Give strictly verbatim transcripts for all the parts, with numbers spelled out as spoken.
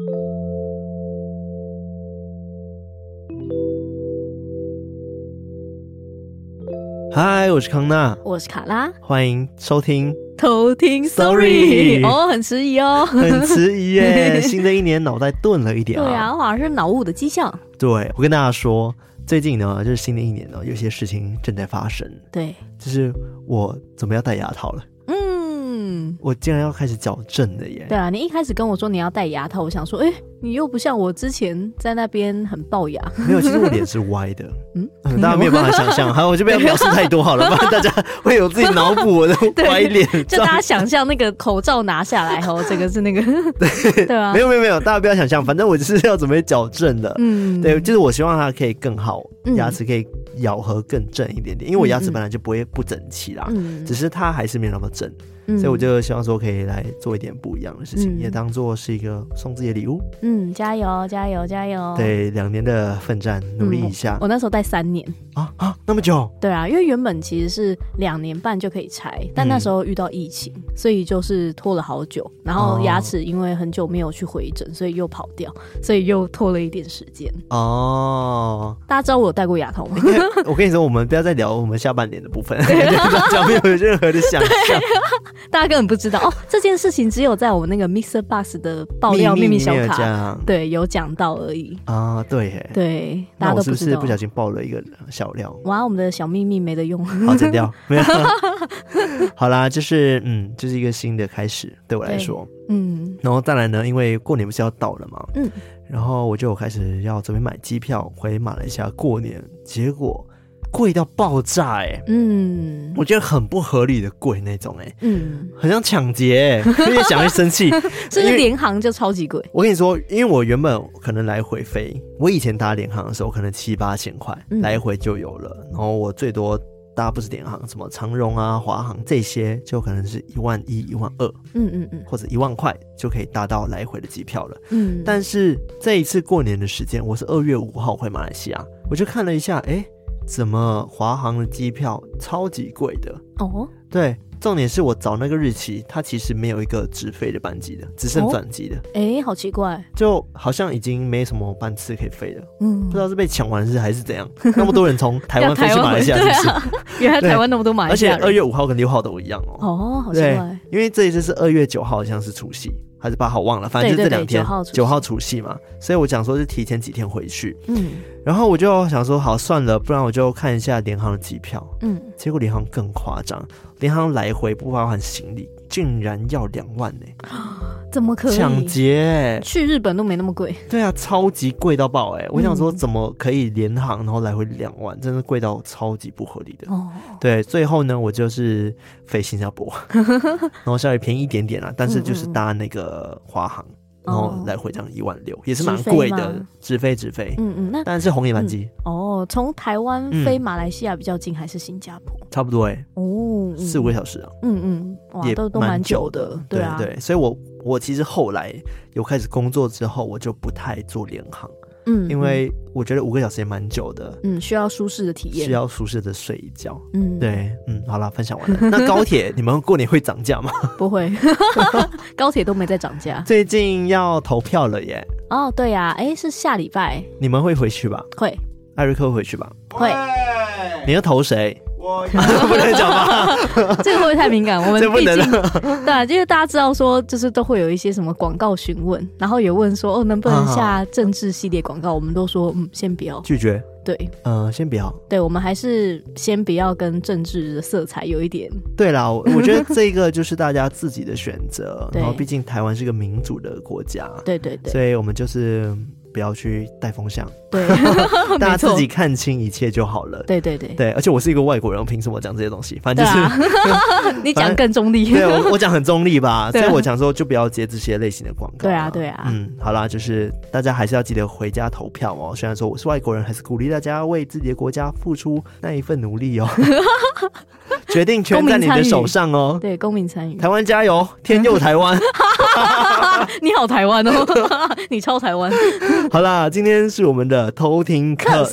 嗨，我是康娜， 我是卡拉， 欢迎收听偷听 Sorry。 哦，很迟疑哦， 很迟疑耶。新的一年脑袋钝了一点啊。 对啊，好像是脑雾的迹象。 对，我跟大家说，最近呢，就是新的一年呢，有些事情正在发生。 对， 就是我准备要戴牙套了。嗯，我竟然要开始矫正了耶。 对啊，你一开始跟我说你要戴牙套，我想说，哎、欸，你又不像我之前在那边很龅牙。 没有，其实我脸是歪的。嗯，嗯大家没有办法想象。好，我就不要描述太多好了，不然大家会有自己脑补我的歪脸。 就大家想象那个口罩拿下来后，这个是那个对对啊， 没有没有没有，大家不要想象，反正我就是要准备矫正的。嗯，对，就是我希望它可以更好，牙齿可以咬合更正一点点，因为我牙齿本来就不会不整齐啦，嗯、只是它还是没有那么正。嗯、所以我就希望说可以来做一点不一样的事情，嗯、也当做是一个送自己的礼物。嗯， 加油加油加油！ 对，两年的奋战，努力一下。 嗯、我, 我那时候戴三年啊啊，那么久？ 对啊，因为原本其实是两年半就可以拆，但那时候遇到疫情，嗯、所以就是拖了好久。然后牙齿因为很久没有去回诊，所以又跑掉，所以又拖了一点时间。哦，大家知道我有戴过牙套吗？ 我跟你说，我们不要再聊我们下半年的部分，大家没有任何的想象。 大家根本不知道哦，这件事情只有在我们那个 Mixer Box 的爆料秘密小卡对有讲到而已啊。对耶， 对，大家都不知道。那我是不是不小心爆了一个小料？ 哇，我们的小秘密没得用， 好剪掉。没有好啦，就是嗯，就是一个新的开始，对我来说。嗯，然后再来呢，因为过年不是要到了嘛，嗯，然后我就开始要准备买机票回马来西亚过年，结果贵到爆炸哎、欸，嗯，我觉得很不合理的贵那种哎、欸，嗯，很像抢劫哎、欸，越想越生气。 这个联航就超级贵。 我跟你说，因为我原本可能来回飞，我以前搭联航的时候可能七八千块、嗯、来回就有了，然后我最多搭不是联航，什么长荣啊、华航这些，就可能是一万一、一万二，嗯嗯嗯，或者一万块就可以搭到来回的机票了。嗯，但是这一次过年的时间，我是二月五号回马来西亚，我就看了一下，哎、欸。怎么华航的机票超级贵的哦？对，重点是我找那个日期，它其实没有一个直飞的班机的，只剩转机的。 哎、哦欸，好奇怪， 就好像已经没什么班次可以飞了。嗯，不知道是被抢完是还是怎样。那么多人从台湾飞去马来西亚，是不是？ 啊、原来台湾那么多马来西亚人， 而且二月五号跟六号都一样哦。 哦，好奇怪。 因为这一次是二月九号，好像是除夕。还是八号忘了，反正就是这两天，九号除夕嘛，所以我想说是提前几天回去，嗯，然后我就想说好算了，不然我就看一下联航的机票，嗯，结果联航更夸张，联航来回不包含行李，竟然要两万呢、欸， 怎么可以？ 抢劫、欸！ 去日本都没那么贵。 对啊，超级贵到爆哎、欸！我想说怎么可以联航然后来回两万，真的贵到超级不合理的。哦，对，最后呢，我就是飞新加坡，然后稍微便宜一点点啦，但是就是搭那个华航。然后来回这样一万六，也是蛮贵的，直飞直飞，嗯嗯，那但是红眼班机、 嗯、哦，从台湾飞马来西亚比较近还是新加坡？ 嗯、差不多哎、欸，哦，四五个小时啊， 嗯嗯，哇，也都都蛮久的，对啊， 对对，所以我我其实后来有开始工作之后，我就不太做联航。嗯，因为我觉得五个小时也蛮久的， 嗯，需要舒适的体验， 需要舒适的睡一觉，嗯，对，嗯，好啦，分享完了。那高铁你们过年会涨价吗？ 不会，高铁都没在涨价。 最近要投票了耶！ 哦，对呀、啊，哎，是下礼拜， 你们会回去吧？ 会， 艾瑞克会回去吧？ 会。 你要投谁？ 我不能讲吧？ 这个会不会太敏感？我们这不能对啊，因为大家知道说，就是都会有一些什么广告询问，然后有问说哦，能不能下政治系列广告？我们都说嗯，先不要， 拒绝。 对， 嗯、呃，先不要。 对，我们还是先不要跟政治的色彩有一点。 对啦，我觉得这个就是大家自己的选择。然后，毕竟台湾是个民主的国家， 对对对， 所以我们就是不要去带风向。 对， 大家自己看清一切就好了。 对对对对，而且我是一个外国人，我凭什么讲这些东西？反正就是、 啊、你讲更中立。 对，我我讲很中立吧，所以我讲说就不要接这些类型的广告。 对啊，对啊。 嗯，好啦，就是大家还是要记得回家投票哦。虽然说我是外国人，还是鼓励大家为自己的国家付出那一份努力哦。决定权在你的手上哦。 对，公民参与。 台湾加油，天佑台湾。 你好台湾哦，你超台湾。 好啦，今天是我们的偷听客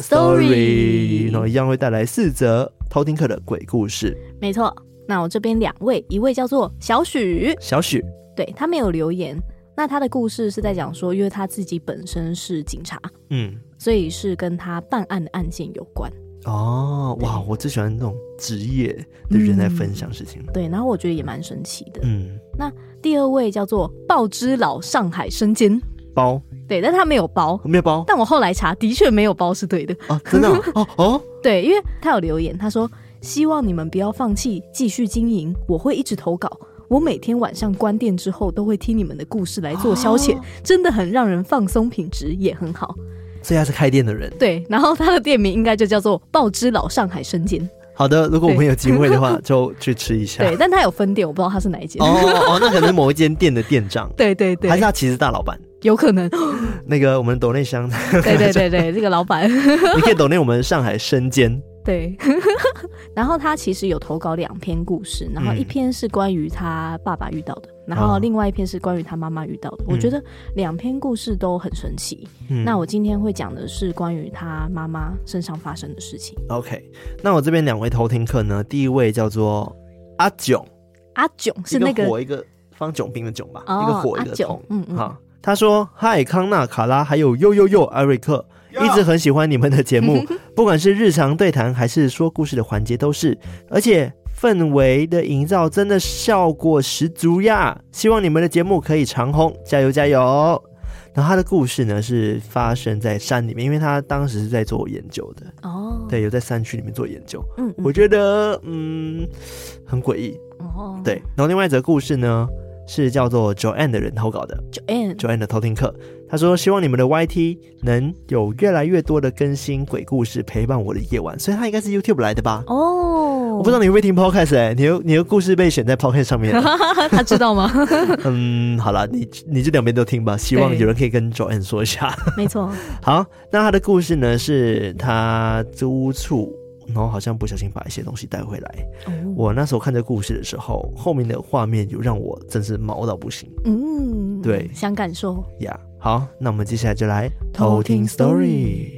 story， 然后一样会带来四则偷听客的鬼故事。 没错，那我这边两位，一位叫做小许， 小许， 对，他没有留言。 那他的故事是在讲说，因为他自己本身是警察，嗯，所以是跟他办案的案件有关。 哦，哇，我最喜欢那种职业的人来分享事情、 嗯、对，然后我觉得也蛮神奇的。嗯，那第二位叫做鲍之老上海生煎包， 对，但他没有包， 没有包， 但我后来查的确没有包是对的。 哦，真的哦哦哦， 对，因为他有留言，他说希望你们不要放弃，继续经营，我会一直投稿，我每天晚上关店之后都会听你们的故事来做消遣、哦、真的很让人放松，品质也很好。 所以他是开店的人， 对，然后他的店名应该就叫做鲍之老上海生煎。 好的，如果我们有机会的话就去吃一下。 对，但他有分店，我不知道他是哪一间。 哦哦，那可能是某一间店的店长。 对对对， 还是他其实大老板， 有可能。 那个我们抖内香， 对对对对，这个老板你可以抖内我们上海生煎。 对，然后他其实有投稿两篇故事，然后一篇是关于他爸爸遇到的、嗯、然后另外一篇是关于他妈妈遇到的、嗯、我觉得两篇故事都很神奇、嗯、那我今天会讲的是关于他妈妈身上发生的事情。 OK， 那我这边两位偷听客呢，第一位叫做阿囧， 阿囧是那个一个火一个方囧兵的囧吧、哦、一个火一个痛。嗯嗯，好，他说嗨康纳卡拉还有呦呦呦艾瑞克，一直很喜欢你们的节目不管是日常对谈还是说故事的环节都是，而且氛围的营造真的效果十足呀，希望你们的节目可以长红，加油加油。然后他的故事呢是发生在山里面，因为他当时是在做研究的哦，对，有在山区里面做研究。嗯, 嗯，我觉得嗯很诡异哦。对，然后另外一则故事呢是叫做 Joanne 的人投稿的 Joanne, Joanne 的偷听客，他说希望你们的 Y T 能有越来越多的更新鬼故事陪伴我的夜晚，所以他应该是 YouTube 来的吧。哦，我不知道你会不会听 Podcast、欸、你, 的你的故事被选在 Podcast 上面他知道吗嗯，好啦，你你就两边都听吧，希望有人可以跟 Joanne 说一下没错。 好，那他的故事呢是他租处然后好像不小心把一些东西带回来、哦、我那时候看这故事的时候，后面的画面有让我真是毛到不行。嗯，对， 想感受呀、yeah, 好，那我们接下来就来偷听 story。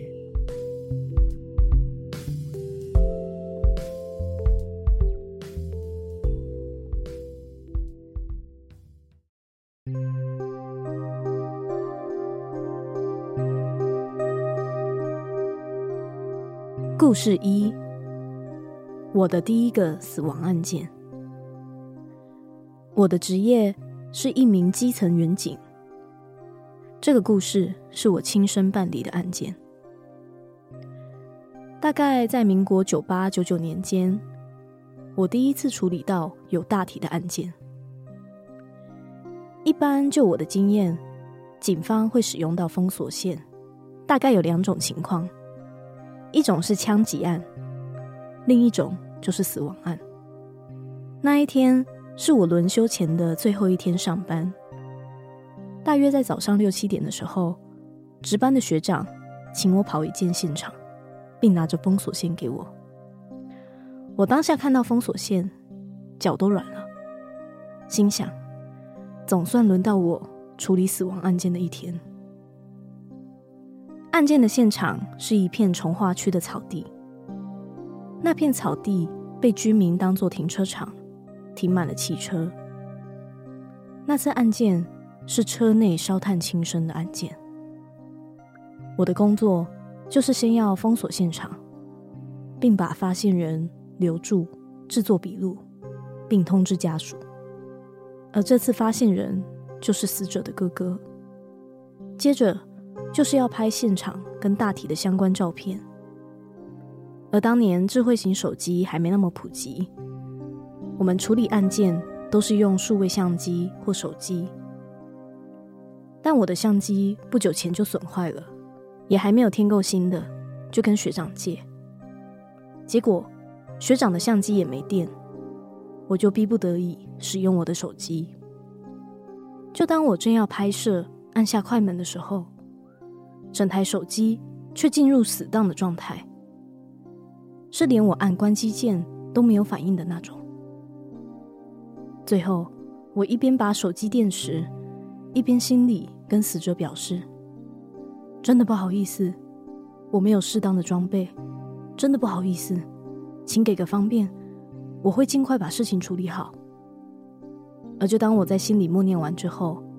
故事一，我的第一个死亡案件。我的职业是一名基层员警。这个故事是我亲身办理的案件。大概在民国九八九九年间，我第一次处理到有大体的案件。一般就我的经验，警方会使用到封锁线，大概有两种情况，一种是枪击案，另一种就是死亡案。那一天是我轮休前的最后一天上班，大约在早上六七点的时候，值班的学长请我跑一间现场，并拿着封锁线给我。我当下看到封锁线，脚都软了，心想总算轮到我处理死亡案件的一天。案件的现场是一片重划区的草地，那片草地被居民当作停车场，停满了汽车。那次案件是车内烧炭轻生的案件。我的工作就是先要封锁现场，并把发现人留住，制作笔录，并通知家属。而这次发现人就是死者的哥哥。接着就是要拍现场跟大体的相关照片。而当年智慧型手机还没那么普及，我们处理案件都是用数位相机或手机。但我的相机不久前就损坏了，也还没有添购新的，就跟学长借。结果学长的相机也没电，我就逼不得已使用我的手机。就当我正要拍摄按下快门的时候，整台手机却进入死档的状态，是连我按关机键都没有反应的那种。最后我一边把手机电时，一边心里跟死者表示，真的不好意思，我没有适当的装备，真的不好意思，请给个方便，我会尽快把事情处理好。而就当我在心里默念完之后，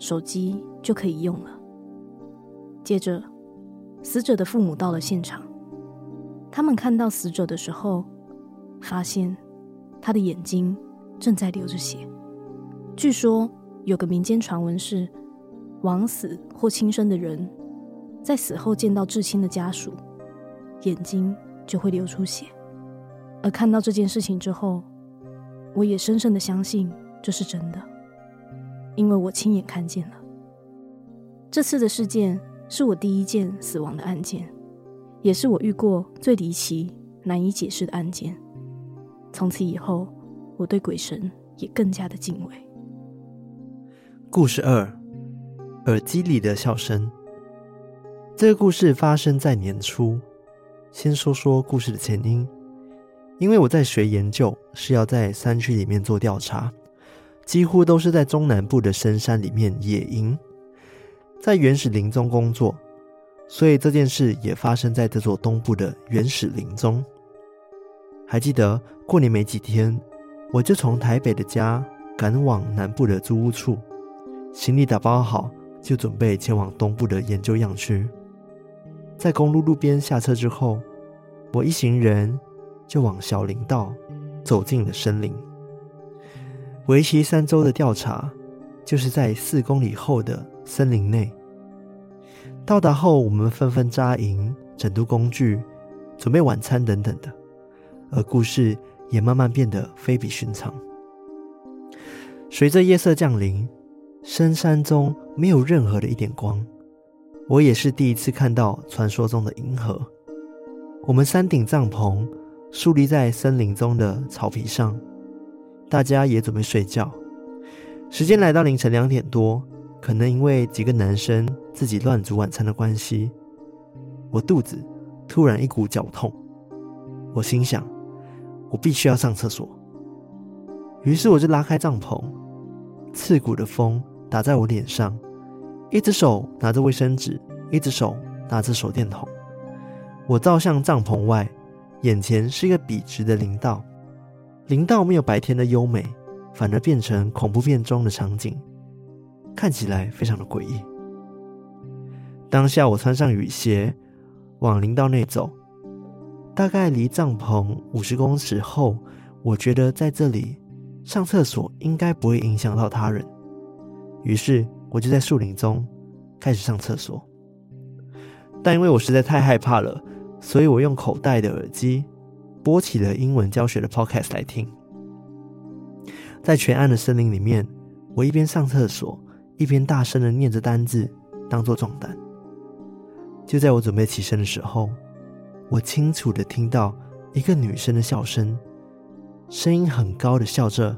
手机就可以用了。接着，死者的父母到了现场，他们看到死者的时候，发现他的眼睛正在流着血。据说有个民间传闻是，枉死或轻生的人在死后见到至亲的家属，眼睛就会流出血。而看到这件事情之后，我也深深的相信这是真的，因为我亲眼看见了。这次的事件是我第一件死亡的案件，也是我遇过最离奇难以解释的案件。从此以后，我对鬼神也更加的敬畏。 故事二，耳机里的笑声。这个故事发生在年初。先说说故事的前因。因为我在学研究，是要在山区里面做调查，几乎都是在中南部的深山里面野营，在原始林中工作，所以这件事也发生在这座东部的原始林中。还记得过年没几天，我就从台北的家赶往南部的租屋处，行李打包好，就准备前往东部的研究样区。在公路路边下车之后，我一行人就往小林道走进了森林。为期三周的调查就是在四公里后的森林内。到达后，我们纷纷扎营，整顿工具，准备晚餐等等的，而故事也慢慢变得非比寻常。随着夜色降临，深山中没有任何的一点光，我也是第一次看到传说中的银河。我们山顶帐篷竖立在森林中的草皮上，大家也准备睡觉。时间来到凌晨两点多，可能因为几个男生自己乱煮晚餐的关系，我肚子突然一股绞痛。我心想，我必须要上厕所。于是我就拉开帐篷，刺骨的风打在我脸上，一只手拿着卫生纸，一只手拿着手电筒。我照向帐篷外，眼前是一个笔直的林道，林道没有白天的优美，反而变成恐怖片中的场景，看起来非常的诡异。当下我穿上雨鞋往林道内走，大概离帐篷五十公尺后，我觉得在这里上厕所应该不会影响到他人，于是我就在树林中开始上厕所。但因为我实在太害怕了，所以我用口袋的耳机播起了英文教学的 podcast 来听。在全暗的森林里面，我一边上厕所，一边大声的念着单字当作壮胆。就在我准备起身的时候，我清楚的听到一个女生的笑声，声音很高的笑着。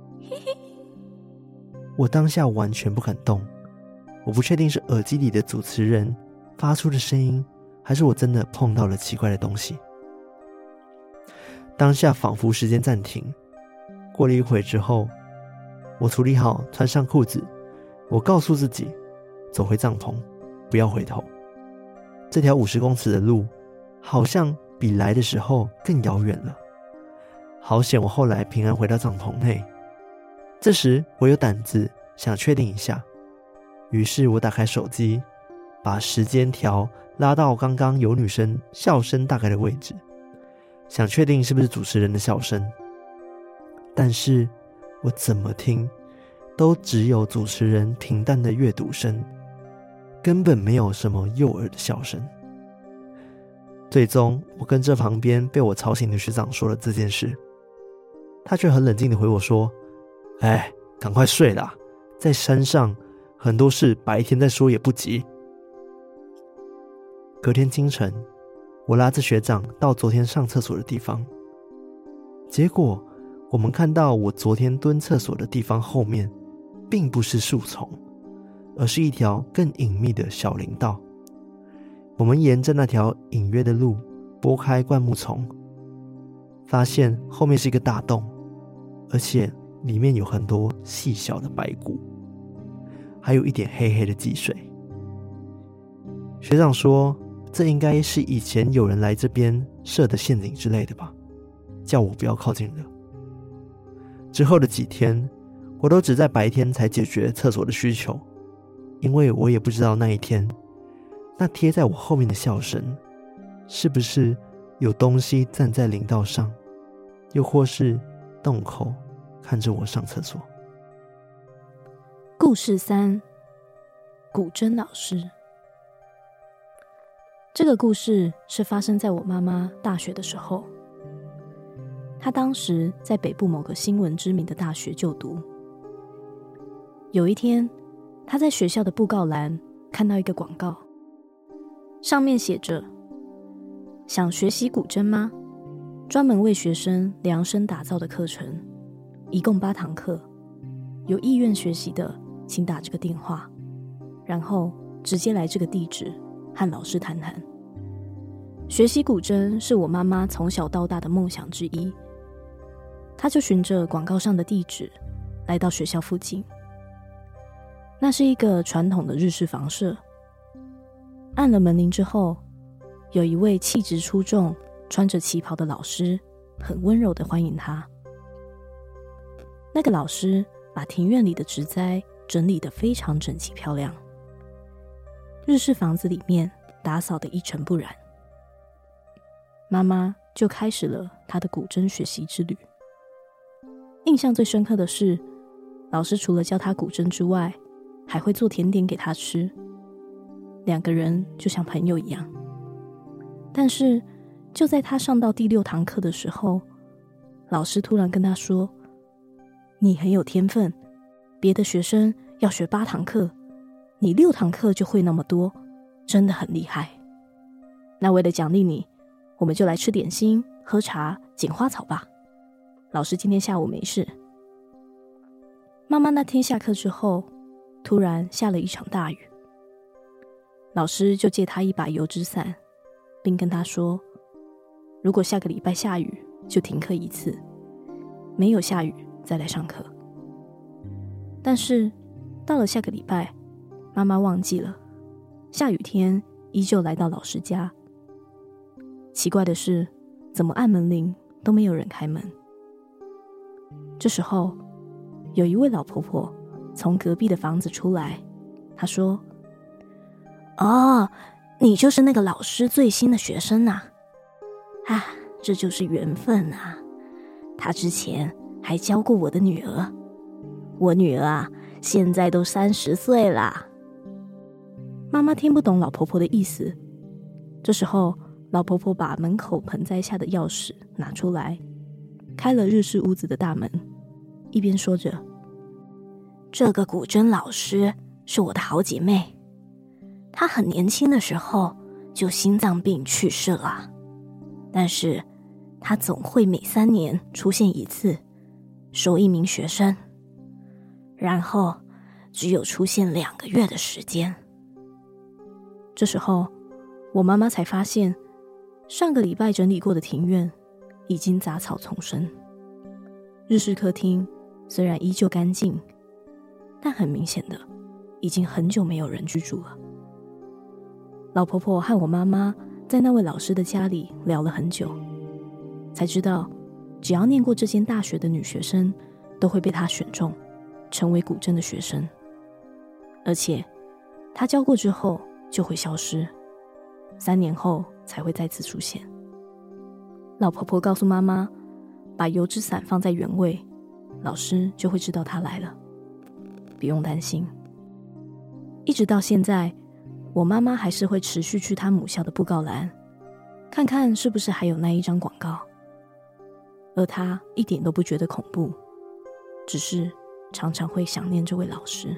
我当下完全不敢动，我不确定是耳机里的主持人发出的声音，还是我真的碰到了奇怪的东西。当下仿佛时间暂停，过了一会之后，我处理好，穿上裤子，我告诉自己走回帐篷，不要回头。这条五十公尺的路好像比来的时候更遥远了。好险我后来平安回到帐篷内。这时我有胆子想确定一下，于是我打开手机，把时间条拉到刚刚有女生笑声大概的位置，想确定是不是主持人的笑声。但是我怎么听都只有主持人平淡的阅读声，根本没有什么诱耳的笑声。最终我跟这旁边被我吵醒的学长说了这件事，他却很冷静地回我说，哎，赶快睡啦，在山上很多事白天再说也不急。隔天清晨，我拉着学长到昨天上厕所的地方，结果我们看到我昨天蹲厕所的地方后面并不是树丛，而是一条更隐秘的小林道。我们沿着那条隐约的路拨开灌木丛，发现后面是一个大洞，而且里面有很多细小的白骨，还有一点黑黑的积水。学长说，这应该是以前有人来这边设的陷阱之类的吧，叫我不要靠近了。之后的几天，我都只在白天才解决厕所的需求， 因为我也不知道那一天，那贴在我后面的笑声，是不是有东西站在领道上，又或是洞口看着我上厕所。 故事三，古筝老师。这个故事是发生在我妈妈大学的时候。她当时在北部某个新闻知名的大学就读。有一天，她在学校的布告栏看到一个广告，上面写着：想学习古筝吗？专门为学生量身打造的课程，一共八堂课，有意愿学习的请打这个电话，然后直接来这个地址和老师谈谈。学习古筝是我妈妈从小到大的梦想之一，她就循着广告上的地址来到学校附近。那是一个传统的日式房舍，按了门铃之后，有一位气质出众、穿着旗袍的老师很温柔地欢迎她。那个老师把庭院里的植栽整理得非常整齐漂亮，日式房子里面打扫得一尘不染。妈妈就开始了她的古筝学习之旅。印象最深刻的是，老师除了教她古筝之外，还会做甜点给她吃，两个人就像朋友一样。但是就在她上到第六堂课的时候，老师突然跟她说：你很有天分，别的学生要学八堂课，你六堂课就会那么多，真的很厉害。那为了奖励你，我们就来吃点心、喝茶、捡花草吧。老师今天下午没事。妈妈那天下课之后，突然下了一场大雨。老师就借她一把油纸伞，并跟她说，如果下个礼拜下雨，就停课一次，没有下雨再来上课。但是到了下个礼拜，妈妈忘记了，下雨天依旧来到老师家。奇怪的是，怎么按门铃都没有人开门。这时候，有一位老婆婆从隔壁的房子出来，她说：哦，你就是那个老师最新的学生啊。啊，这就是缘分啊，他之前还教过我的女儿，我女儿啊，现在都三十岁啦。妈妈听不懂老婆婆的意思。这时候，老婆婆把门口盆栽下的钥匙拿出来，开了日式屋子的大门，一边说着：这个古筝老师是我的好姐妹，她很年轻的时候就心脏病去世了，但是她总会每三年出现一次，收一名学生，然后只有出现两个月的时间。这时候，我妈妈才发现，上个礼拜整理过的庭院已经杂草丛生，日式客厅虽然依旧干净，但很明显的，已经很久没有人居住了。老婆婆和我妈妈在那位老师的家里聊了很久，才知道，只要念过这间大学的女学生，都会被她选中，成为古筝的学生。而且，她教过之后就会消失，三年后才会再次出现。老婆婆告诉妈妈，把油纸伞放在原位，老师就会知道她来了，不用担心。一直到现在，我妈妈还是会持续去她母校的布告栏，看看是不是还有那一张广告，而她一点都不觉得恐怖，只是常常会想念这位老师。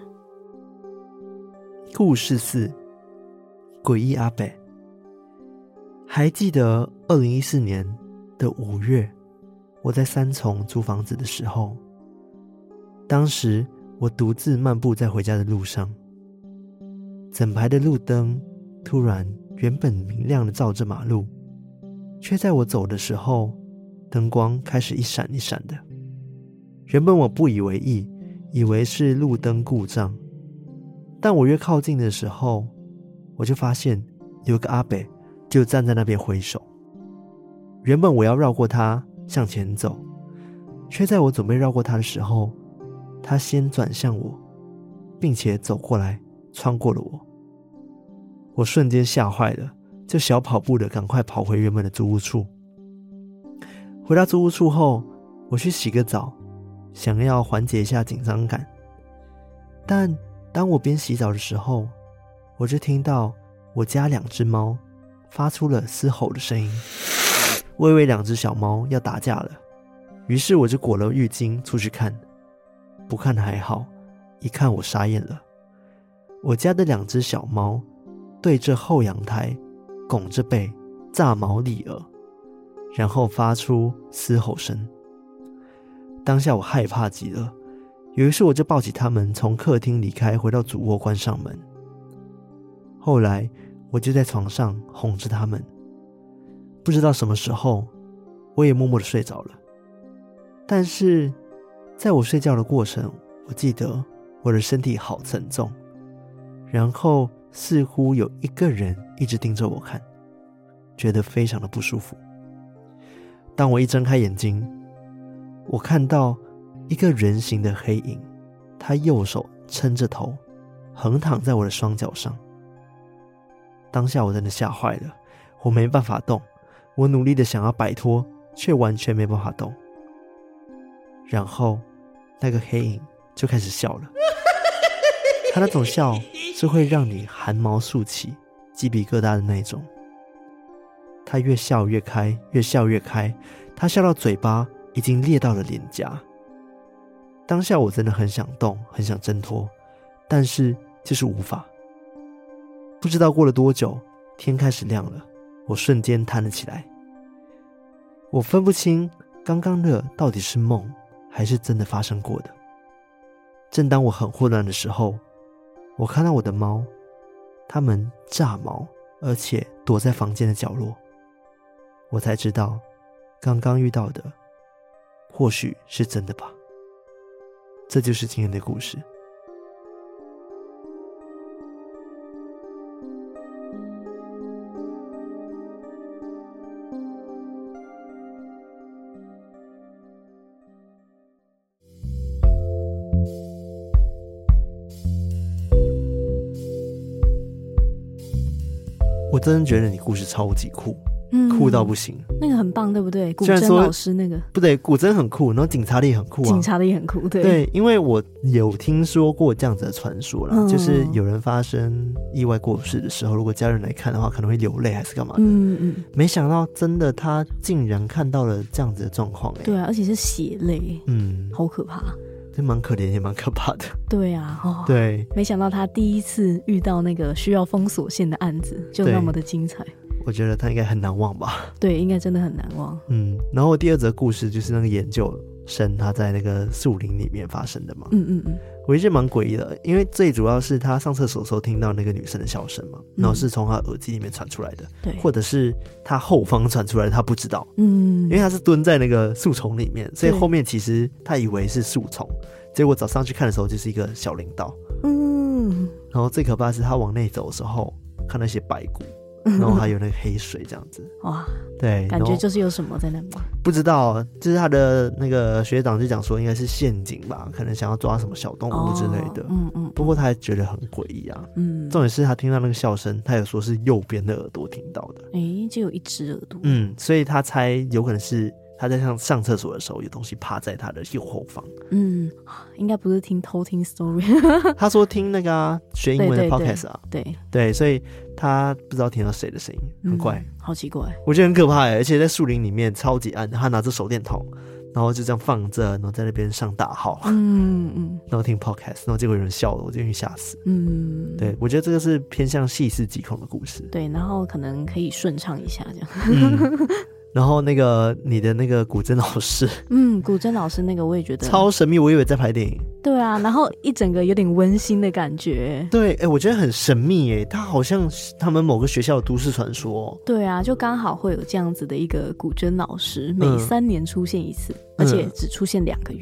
故事四，诡异阿北。还记得二零一四年的五月，我在三重租房子的时候，当时我独自漫步在回家的路上，整排的路灯突然原本明亮的照着马路，却在我走的时候，灯光开始一闪一闪的。原本我不以为意，以为是路灯故障，但我越靠近的时候，我就发现有个阿伯就站在那边挥手。原本我要绕过他向前走，却在我准备绕过他的时候，他先转向我，并且走过来穿过了我。我瞬间吓坏了，就小跑步的赶快跑回原本的租屋处。回到租屋处后，我去洗个澡，想要缓解一下紧张感。但当我边洗澡的时候，我就听到我家两只猫发出了嘶吼的声音。我以为两只小猫要打架了，于是我就裹了浴巾出去看。不看还好，一看我傻眼了。我家的两只小猫对着后阳台拱着背炸毛立耳，然后发出嘶吼声。当下我害怕极了，于是我就抱起它们从客厅离开，回到主卧关上门。后来我就在床上哄着它们，不知道什么时候我也默默地睡着了。但是在我睡觉的过程，我记得我的身体好沉重，然后似乎有一个人一直盯着我看，觉得非常的不舒服。当我一睁开眼睛，我看到一个人形的黑影，他右手撑着头，横躺在我的双脚上。当下我真的吓坏了，我没办法动，我努力的想要摆脱，却完全没办法动。然后那个黑影就开始笑了，他那种笑是会让你汗毛竖起、鸡皮疙瘩的那种。他越笑越开，越笑越开，他笑到嘴巴已经裂到了脸颊。当下我真的很想动，很想挣脱，但是就是无法。不知道过了多久，天开始亮了，我瞬间弹了起来。我分不清刚刚的到底是梦还是真的发生过的。正当我很混乱的时候，我看到我的猫，它们炸毛，而且躲在房间的角落。我才知道刚刚遇到的或许是真的吧。这就是今天的故事。我真的觉得你故事超级酷，嗯，酷到不行。 那个很棒，对不对？古筝老师那个不对，古筝很酷，然后警察的也很酷啊。 警察的也很酷，对对，因为我有听说过这样子的传说啦，嗯、就是有人发生意外过世的时候，如果家人来看的话，可能会流泪还是干嘛的。嗯嗯。没想到真的他竟然看到了这样子的状况，哎， 对啊，而且是血泪，嗯，好可怕。 这蛮可怜也蛮可怕的。 对啊、哦， 对， 没想到他第一次遇到那个需要封锁线的案子就那么的精彩。 我觉得他应该很难忘吧。 对，应该真的很难忘。 嗯，然后第二则故事就是那个研究生他在那个树林里面发生的嘛。嗯嗯嗯，我觉得蛮诡异的，因为最主要是他上厕所的时候听到那个女生的笑声嘛，然后是从他耳机里面传出来的，对、嗯，或者是他后方传出来的，他不知道。嗯，因为他是蹲在那个树丛里面，所以后面其实他以为是树丛，结果早上去看的时候就是一个小林道。嗯，然后最可怕的是他往内走的时候看到一些白骨。然后还有那个黑水这样子，哇，对， 感觉就是有什么在那吗？ 不知道，就是他的那个学长就讲说应该是陷阱吧，可能想要抓什么小动物之类的。哦、嗯嗯。不过他还觉得很诡异啊。嗯。重点是他听到那个笑声，他有说是右边的耳朵听到的。 哎，就有一只耳朵。 嗯，所以他猜有可能是他在上上厕所的时候有东西趴在他的右后方。 嗯，应该不是听偷听 story。 他说听那个、啊、学英文的 podcast 啊。 对 对, 对, 对，所以他不知道听到谁的声音，很怪、嗯， 好奇怪。 我觉得很可怕耶，而且在树林里面超级暗，他拿着手电筒，然后就这样放着，然后在那边上大号，嗯嗯，然后听 podcast， 然后结果有人笑了，我就有点吓死。嗯，对，我觉得这个是偏向细思极恐的故事。 对，然后可能可以顺畅一下这样。 嗯然后那个你的那个古筝老师， 嗯，古筝老师那个我也觉得超神秘，我以为在拍电影。 对啊，然后一整个有点温馨的感觉。 对，哎、欸，我觉得很神秘耶，他好像他们某个学校的都市传说。 对啊，就刚好会有这样子的一个古筝老师，每三年出现一次，嗯、而且只出现两个月。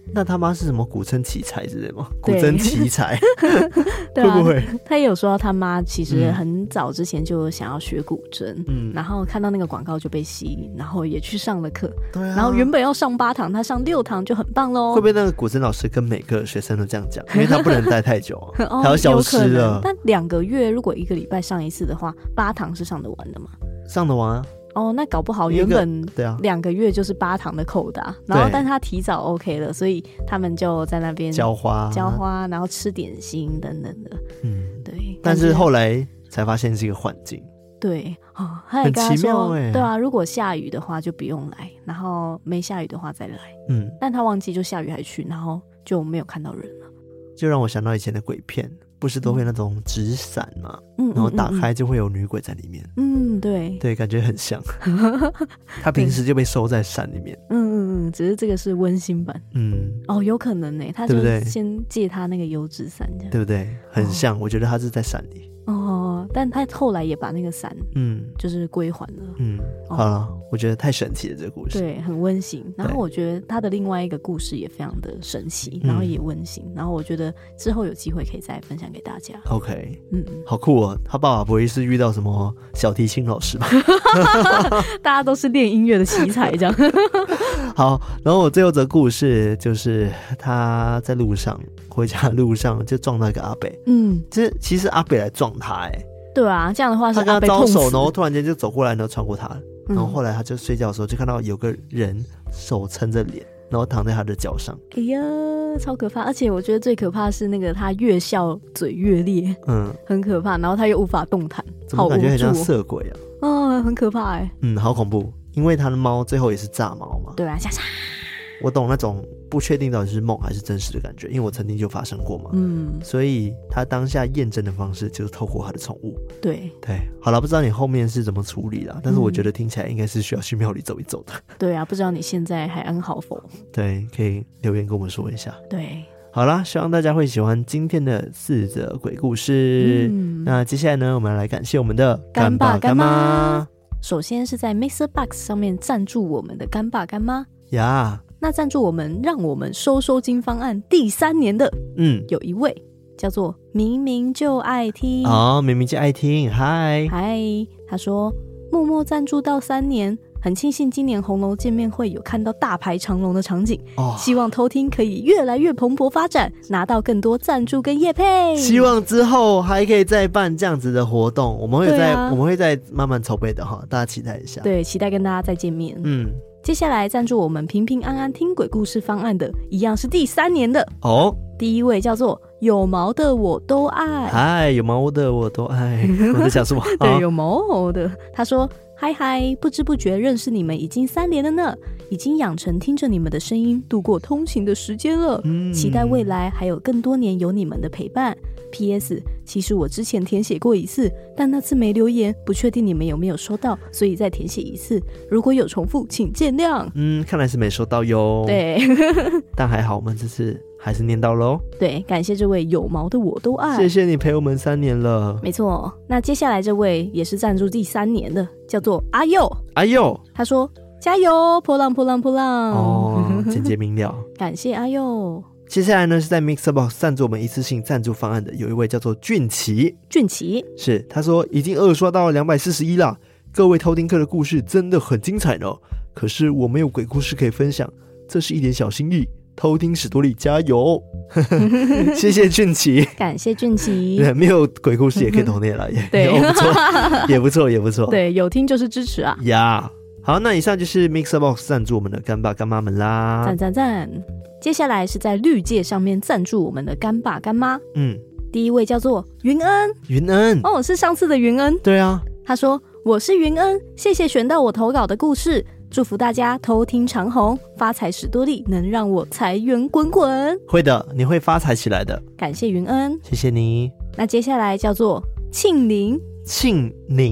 那他妈是什么古筝奇才之类吗？古筝奇才对啊， 会不会？ 他也有说他妈其实很早之前就想要学古筝，嗯，然后看到那个广告就被吸引，然后也去上了课。对啊，然后原本要上八堂，他上六堂就很棒咯。 会不会那个古筝老师跟每个学生都这样讲？因为他不能待太久、啊哦、他要消失了。 但两个月如果一个礼拜上一次的话，八堂是上得完的吗？ 上得完啊。 哦，那搞不好原本两个月就是八堂的扣打、啊，然后但他提早 OK 了，所以他们就在那边浇花、 浇花，然后吃点心等等的。嗯，对。 但是后来才发现是一个幻境。 对，哦，他也跟他说， 很奇妙欸， 对啊，如果下雨的话就不用来，然后没下雨的话再来。嗯，但他忘记就下雨还去，然后就没有看到人了。 就让我想到以前的鬼片。不是都会那种纸伞嘛、嗯，然后打开就会有女鬼在里面。 嗯，对对，感觉很像。他平时就被收在伞里面。 嗯嗯嗯，只是这个是温馨版。嗯，哦，有可能呢，他就先借他那个油纸伞，这样对不对？很像，哦、我觉得他是在伞里。 哦，但他后来也把那个伞，嗯，就是归还了。 嗯，哦、好了，我觉得太神奇了这个故事。 对，很温馨。然后我觉得他的另外一个故事也非常的神奇，然后也温馨。嗯、然后我觉得之后有机会可以再分享给大家。 OK， 嗯，好酷哦！他爸爸不会是遇到什么小提琴老师吧？ 大家都是练音乐的奇才，这样。 好，然后我最后这个故事就是他在路上回家的路上就撞到一个阿伯。嗯，这其实阿伯来撞他、欸，哎， 对啊，这样的话是他跟他招手，然后突然间就走过来，然后穿过他，然后后来他就睡觉的时候就看到有个人手撑着脸，然后躺在他的脚上。 哎呀，超可怕！而且我觉得最可怕的是那个他越笑嘴越裂，嗯，很可怕。然后他又无法动弹， 怎么感觉很像色鬼啊？ 哦，很可怕哎、欸。 嗯，好恐怖。因为他的猫最后也是炸毛嘛。 对啊，吓吓。 我懂那种不确定到底是梦还是真实的感觉，因为我曾经就发生过嘛。嗯，所以他当下验证的方式就是透过他的宠物。 对对，好了，不知道你后面是怎么处理啦，但是我觉得听起来应该是需要去庙里走一走的。 对啊，不知道你现在还安好否？ 对，可以留言跟我们说一下。 对， 好啦，希望大家会喜欢今天的四则鬼故事。嗯，那接下来呢，我们来感谢我们的干爸干妈。 首先是在 Mixer Box 上面赞助我们的干爸干妈呀， yeah. 那赞助我们让我们收收金方案第三年的，嗯，有一位叫做明明就爱听哦，明明就爱听，嗨嗨，他说默默赞助到三年，很庆幸今年红楼见面会有看到大排长龙的场景、哦、希望偷听可以越来越蓬勃发展，拿到更多赞助跟业配， 希望之后还可以再办这样子的活动，我们会再、啊、我们会再慢慢筹备的哈，大家期待一下。 对，期待跟大家再见面。嗯，接下来赞助我们平平安安听鬼故事方案的一样是第三年的哦，第一位叫做有毛的我都爱， 嗨，有毛的我都爱我在讲什么？ 对、啊、有毛的，他说嗨嗨，不知不觉认识你们已经三年了呢，已经养成听着你们的声音度过通勤的时间了、嗯、期待未来还有更多年有你们的陪伴。 P S 其实我之前填写过一次，但那次没留言，不确定你们有没有收到，所以再填写一次，如果有重复请见谅。 嗯，看来是没收到哟。 对但还好我们这次还是念到咯。 对，感谢这位有毛的我都爱， 谢谢你陪我们三年了。 没错，那接下来这位也是赞助第三年的，叫做阿佑。 阿佑他说加油，波浪波浪波浪哦，简洁明了感谢阿佑。 接下来呢，是在 Mixerbox 赞助我们一次性赞助方案的有一位叫做俊奇。 俊奇是他说已经二刷到了两百四十一啦，各位偷听客的故事真的很精彩呢，可是我没有鬼故事可以分享，这是一点小心意，偷听史多利加油谢谢俊奇， 感谢俊奇没有鬼故事也可以偷念了也对也不错也不错也不错， 对，有听就是支持啊呀、yeah. 好，那以上就是 Mixerbox 赞助我们的干爸干妈们啦， 赞赞赞。接下来是在绿界上面赞助我们的干爸干妈，嗯，第一位叫做云恩。 云恩哦，是上次的云恩。 对啊， 他说我是云恩，谢谢选到我投稿的故事，祝福大家偷听长红，发财史多利，能让我财源滚滚。 会的，你会发财起来的， 感谢云恩， 谢谢你。 那接下来叫做庆玲。 庆宁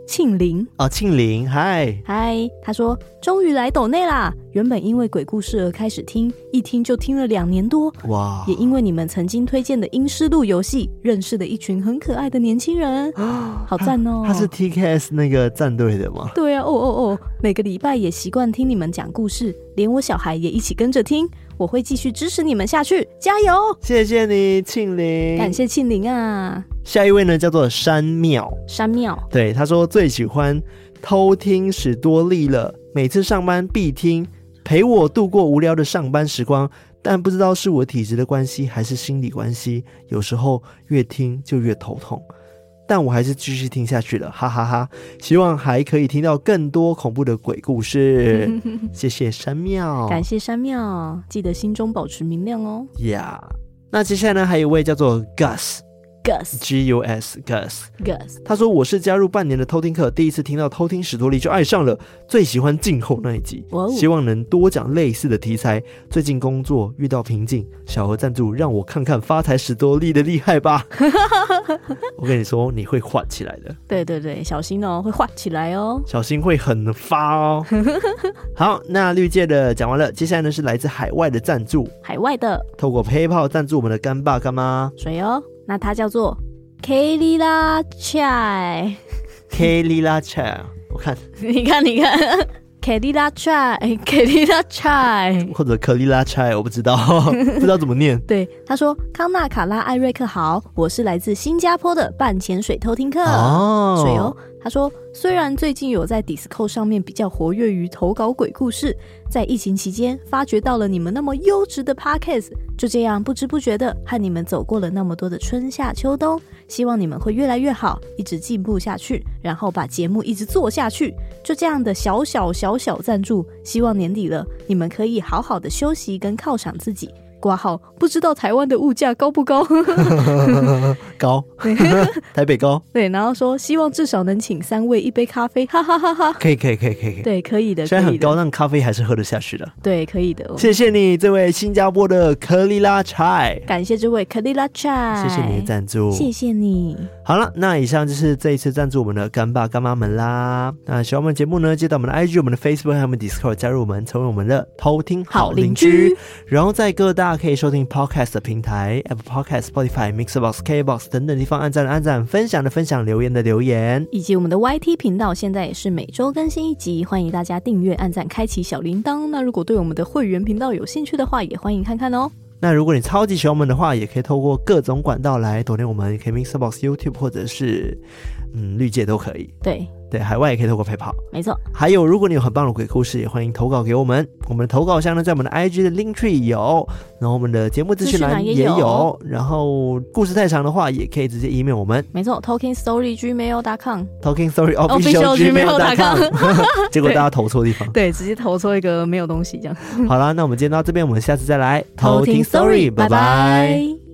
庆玲哦，庆玲，嗨嗨，他说终于来抖内啦，原本因为鬼故事而开始听，一听就听了两年多，哇！也因为你们曾经推荐的阴尸路游戏，认识了一群很可爱的年轻人，好赞哦！ 他是 T K S 那个战队的吗？ 对啊，哦哦哦，每个礼拜也习惯听你们讲故事，连我小孩也一起跟着听，我会继续支持你们下去，加油！ 谢谢你，庆玲， 感谢庆玲啊。 下一位呢，叫做山庙， 山庙， 对，他说最喜欢偷听史多利了，每次上班必听，陪我度过无聊的上班时光。但不知道是我体质的关系还是心理关系，有时候越听就越头痛，但我还是继续听下去了，哈哈哈哈！希望还可以听到更多恐怖的鬼故事。谢谢山庙， 感谢山庙，记得心中保持明亮哦。 呀、yeah. ，那接下来呢，还有一位叫做 Gus。Gus G U S Gus Gus 他说我是加入半年的偷听课，第一次听到偷听史多利就爱上了，最喜欢静候那一集，希望能多讲类似的题材。最近工作遇到瓶颈，小额赞助让我看看发财史多利的厉害吧。我跟你说你会画起来的， 对对对，小心哦，会画起来哦， 小心会很发哦。好，那绿界的讲完了，接下来呢是来自海外的赞助， 海外的透过 PayPal 赞助我们的干爸干妈， 谁哦？那他叫做 Kalila Chai Kalila Chai 我看你看你看Kalila Chai Kalila Chai 或者 Kalila Chai 我不知道不知道怎么念。 对，他说康纳卡拉艾瑞克好，我是来自新加坡的半潜水偷听客哦， 水哦。他说虽然最近有在 Discord 上面比较活跃于投稿鬼故事，在疫情期间发掘到了你们那么优质的 Podcast， 就这样不知不觉的和你们走过了那么多的春夏秋冬，希望你们会越来越好，一直进步下去，然后把节目一直做下去，就这样的小小小小赞助，希望年底了你们可以好好的休息跟犒赏自己。括号不知道台湾的物价高不高高台北高， 对，然后说希望至少能请三位一杯咖啡，哈哈哈哈， 可以可以可以可以， 对，可以的， 虽然很高但咖啡还是喝得下去的， 对，可以的、哦、 谢谢你这位新加坡的克里拉菜， 感谢这位克里拉菜， 谢谢你的赞助， 谢谢你。 好了，那以上就是这一次赞助我们的干爸干妈们啦。那喜欢我们节目呢，记得我们的 I G 我们的 Facebook 还有我们 Discord 加入我们，成为我们的偷听好邻居，然后在各大可以收听 Podcast 的平台 Apple Podcast、Spotify、Mixerbox、K-Box 等等地方按赞的按赞，分享的分享，留言的留言， 以及我们的 Y T 频道现在也是每周更新一集，欢迎大家订阅按赞开启小铃铛。那如果对我们的会员频道有兴趣的话，也欢迎看看哦。 那如果你超级喜欢我们的话，也可以透过各种管道来抖内我们，可以 Mixerbox、YouTube 或者是嗯绿界都可以。 对对，海外也可以透过 PayPal， 没错。 还有如果你有很棒的鬼故事，也欢迎投稿给我们，我们的投稿箱呢在我们的 I G 的 Linktree 有，然后我们的节目资讯栏也 有, 也有然后故事太长的话也可以直接 email 我们， 没错 talking story gmail dot com talking story official gmail dot com 结果大家投错地方， 对，直接投错一个没有东西这样。 好啦，那我们今天到这边，我们下次再来偷听 story， 拜拜。